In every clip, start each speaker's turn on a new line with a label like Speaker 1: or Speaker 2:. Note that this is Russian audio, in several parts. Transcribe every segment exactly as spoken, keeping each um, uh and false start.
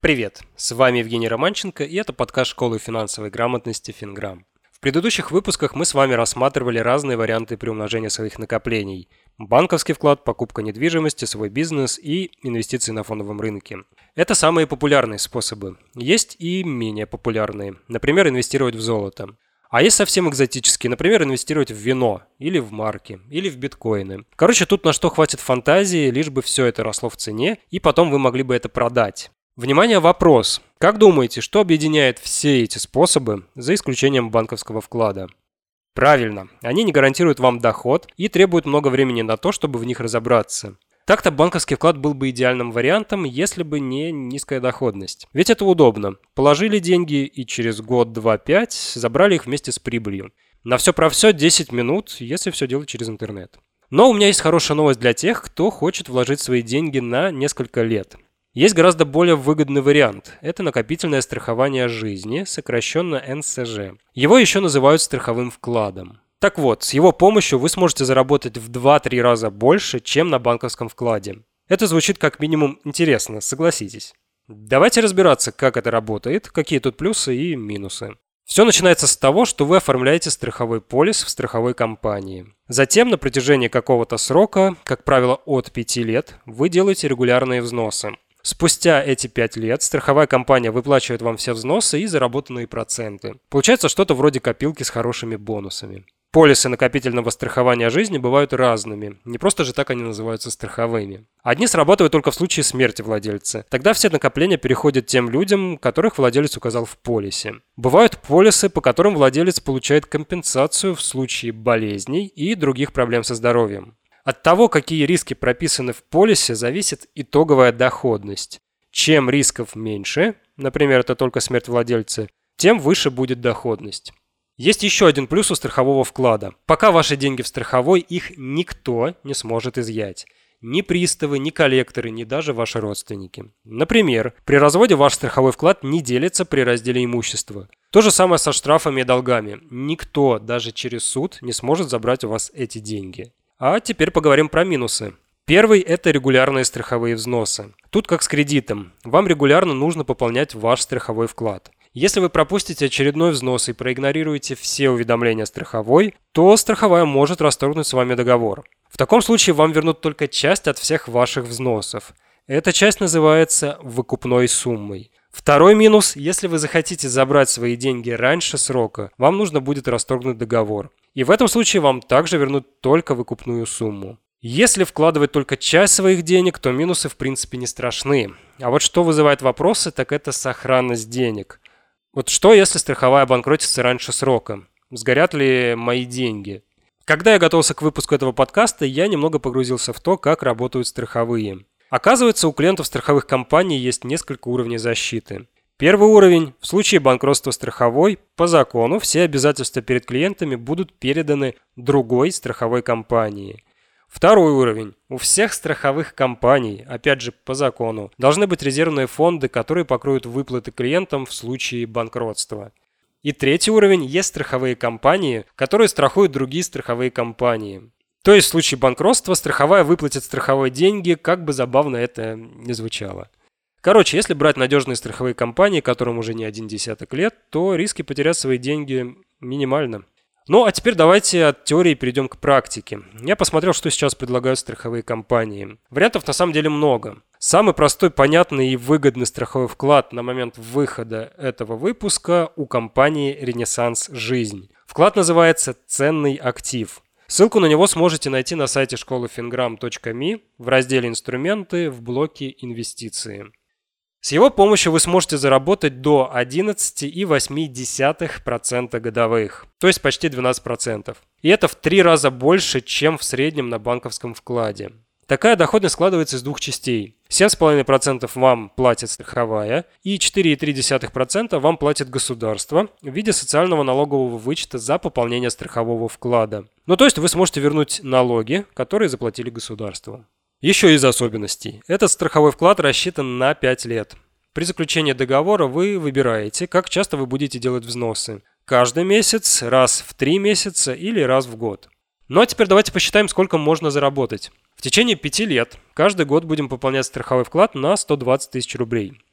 Speaker 1: Привет, с вами Евгений Романченко, и это подкаст школы финансовой грамотности Финграм. В предыдущих выпусках мы с вами рассматривали разные варианты приумножения своих накоплений. Банковский вклад, покупка недвижимости, свой бизнес и инвестиции на фондовом рынке. Это самые популярные способы. Есть и менее популярные, например, инвестировать в золото. А есть совсем экзотические, например, инвестировать в вино, или в марки, или в биткоины. Короче, тут на что хватит фантазии, лишь бы все это росло в цене, и потом вы могли бы это продать. Внимание, вопрос. Как думаете, что объединяет все эти способы, за исключением банковского вклада? Правильно, они не гарантируют вам доход и требуют много времени на то, чтобы в них разобраться. Так-то банковский вклад был бы идеальным вариантом, если бы не низкая доходность. Ведь это удобно. Положили деньги и через год, два, пять забрали их вместе с прибылью. На все про все десять минут, если все делать через интернет. Но у меня есть хорошая новость для тех, кто хочет вложить свои деньги на несколько лет. Есть гораздо более выгодный вариант. Это накопительное страхование жизни, сокращенно эн эс жэ. Его еще называют страховым вкладом. Так вот, с его помощью вы сможете заработать в два-три раза больше, чем на банковском вкладе. Это звучит как минимум интересно, согласитесь. Давайте разбираться, как это работает, какие тут плюсы и минусы. Все начинается с того, что вы оформляете страховой полис в страховой компании. Затем на протяжении какого-то срока, как правило от пяти лет, вы делаете регулярные взносы. Спустя эти пять лет страховая компания выплачивает вам все взносы и заработанные проценты. Получается что-то вроде копилки с хорошими бонусами. Полисы накопительного страхования жизни бывают разными. Не просто же так они называются страховыми. Одни срабатывают только в случае смерти владельца. Тогда все накопления переходят тем людям, которых владелец указал в полисе. Бывают полисы, по которым владелец получает компенсацию в случае болезней и других проблем со здоровьем. От того, какие риски прописаны в полисе, зависит итоговая доходность. Чем рисков меньше, например, это только смерть владельца, тем выше будет доходность. Есть еще один плюс у страхового вклада. Пока ваши деньги в страховой, их никто не сможет изъять. Ни приставы, ни коллекторы, ни даже ваши родственники. Например, при разводе ваш страховой вклад не делится при разделе имущества. То же самое со штрафами и долгами. Никто, даже через суд, не сможет забрать у вас эти деньги. А теперь поговорим про минусы. Первый – это регулярные страховые взносы. Тут как с кредитом. Вам регулярно нужно пополнять ваш страховой вклад. Если вы пропустите очередной взнос и проигнорируете все уведомления страховой, то страховая может расторгнуть с вами договор. В таком случае вам вернут только часть от всех ваших взносов. Эта часть называется выкупной суммой. Второй минус – если вы захотите забрать свои деньги раньше срока, вам нужно будет расторгнуть договор. И в этом случае вам также вернут только выкупную сумму. Если вкладывать только часть своих денег, то минусы в принципе не страшны. А вот что вызывает вопросы, так это сохранность денег. Вот что, если страховая обанкротится раньше срока? Сгорят ли мои деньги? Когда я готовился к выпуску этого подкаста, я немного погрузился в то, как работают страховые. Оказывается, у клиентов страховых компаний есть несколько уровней защиты. Первый уровень. В случае банкротства страховой, по закону, все обязательства перед клиентами будут переданы другой страховой компании. Второй уровень. У всех страховых компаний, опять же по закону, должны быть резервные фонды, которые покроют выплаты клиентам в случае банкротства. И третий уровень. Есть страховые компании, которые страхуют другие страховые компании. То есть в случае банкротства страховая выплатит страховые деньги, как бы забавно это ни звучало. Короче, если брать надежные страховые компании, которым уже не один десяток лет, то риски потерять свои деньги минимально. Ну, а теперь давайте от теории перейдем к практике. Я посмотрел, что сейчас предлагают страховые компании. Вариантов на самом деле много. Самый простой, понятный и выгодный страховой вклад на момент выхода этого выпуска у компании «Ренессанс Жизнь». Вклад называется «Ценный актив». Ссылку на него сможете найти на сайте школы финграм точка ми в разделе «Инструменты» в блоке «Инвестиции». С его помощью вы сможете заработать до одиннадцать целых восемь десятых процента годовых, то есть почти двенадцать процентов. И это в три раза больше, чем в среднем на банковском вкладе. Такая доходность складывается из двух частей. семь целых пять десятых процента вам платит страховая и четыре целых три десятых процента вам платит государство в виде социального налогового вычета за пополнение страхового вклада. Ну то есть вы сможете вернуть налоги, которые заплатили государству. Еще из особенностей. Этот страховой вклад рассчитан на пять лет. При заключении договора вы выбираете, как часто вы будете делать взносы. Каждый месяц, раз в три месяца или раз в год. Ну а теперь давайте посчитаем, сколько можно заработать. В течение пяти лет каждый год будем пополнять страховой вклад на сто двадцать тысяч рублей.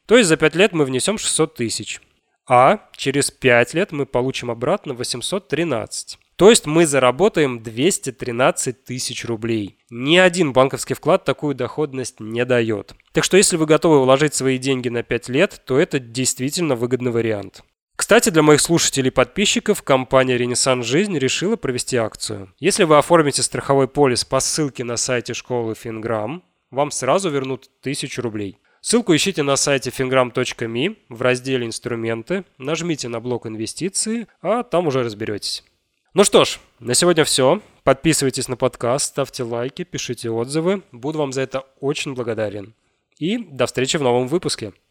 Speaker 1: То есть за пять лет мы внесем шестьсот тысяч. А через пять лет мы получим обратно восемьсот тринадцать. То есть мы заработаем двести тринадцать тысяч рублей. Ни один банковский вклад такую доходность не дает. Так что если вы готовы вложить свои деньги на пять лет, то это действительно выгодный вариант. Кстати, для моих слушателей и подписчиков компания «Ренессанс Жизнь» решила провести акцию. Если вы оформите страховой полис по ссылке на сайте школы Финграм, вам сразу вернут тысячу рублей. Ссылку ищите на сайте финграм точка ми в разделе «Инструменты», нажмите на блок «Инвестиции», а там уже разберетесь. Ну что ж, на сегодня все. Подписывайтесь на подкаст, ставьте лайки, пишите отзывы. Буду вам за это очень благодарен. И до встречи в новом выпуске.